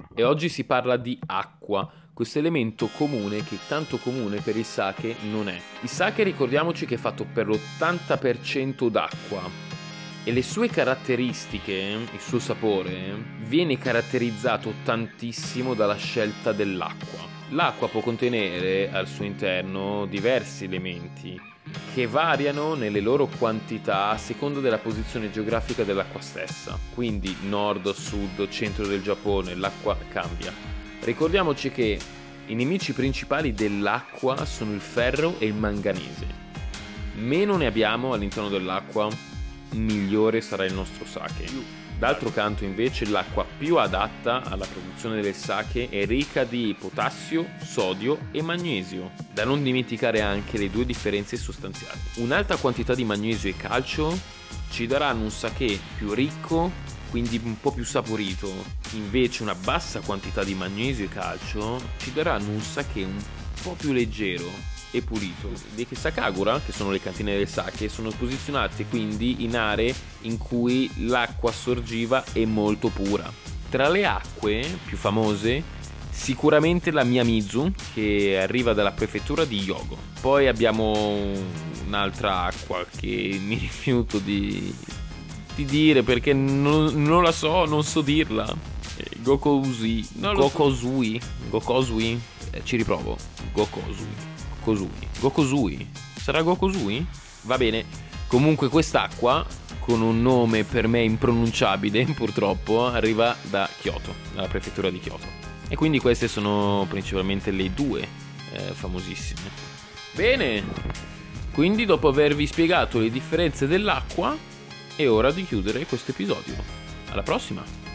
e oggi si parla di acqua, questo elemento comune che tanto comune per il sake non è. Il sake, ricordiamoci che è fatto per l'80% d'acqua e le sue caratteristiche, il suo sapore, viene caratterizzato tantissimo dalla scelta dell'acqua. L'acqua può contenere al suo interno diversi elementi che variano nelle loro quantità a seconda della posizione geografica dell'acqua stessa. Quindi nord, sud, centro del Giappone, l'acqua cambia. Ricordiamoci che i nemici principali dell'acqua sono il ferro e il manganese. Meno ne abbiamo all'interno dell'acqua, migliore sarà il nostro sake. D'altro canto invece l'acqua più adatta alla produzione del sake è ricca di potassio, sodio e magnesio, da non dimenticare anche le due differenze sostanziali. Un'alta quantità di magnesio e calcio ci daranno un sake più ricco, quindi un po' più saporito. Invece una bassa quantità di magnesio e calcio ci daranno un sake un po' più leggero e pulito. Le Sakagura, che sono le cantine del sake, sono posizionate quindi in aree in cui l'acqua sorgiva è molto pura. Tra le acque più famose, sicuramente la Miyamizu, che arriva dalla prefettura di Hyogo. Poi abbiamo un'altra acqua che mi rifiuto di dire perché non la so, non so dirla. Gokosui. Gokosui. Ci riprovo. Gokosui. Sarà Gokosui? Va bene. Comunque quest'acqua, con un nome per me impronunciabile, purtroppo, arriva da Kyoto, dalla prefettura di Kyoto. E quindi queste sono principalmente le due famosissime. Bene. Quindi dopo avervi spiegato le differenze dell'acqua, è ora di chiudere questo episodio. Alla prossima!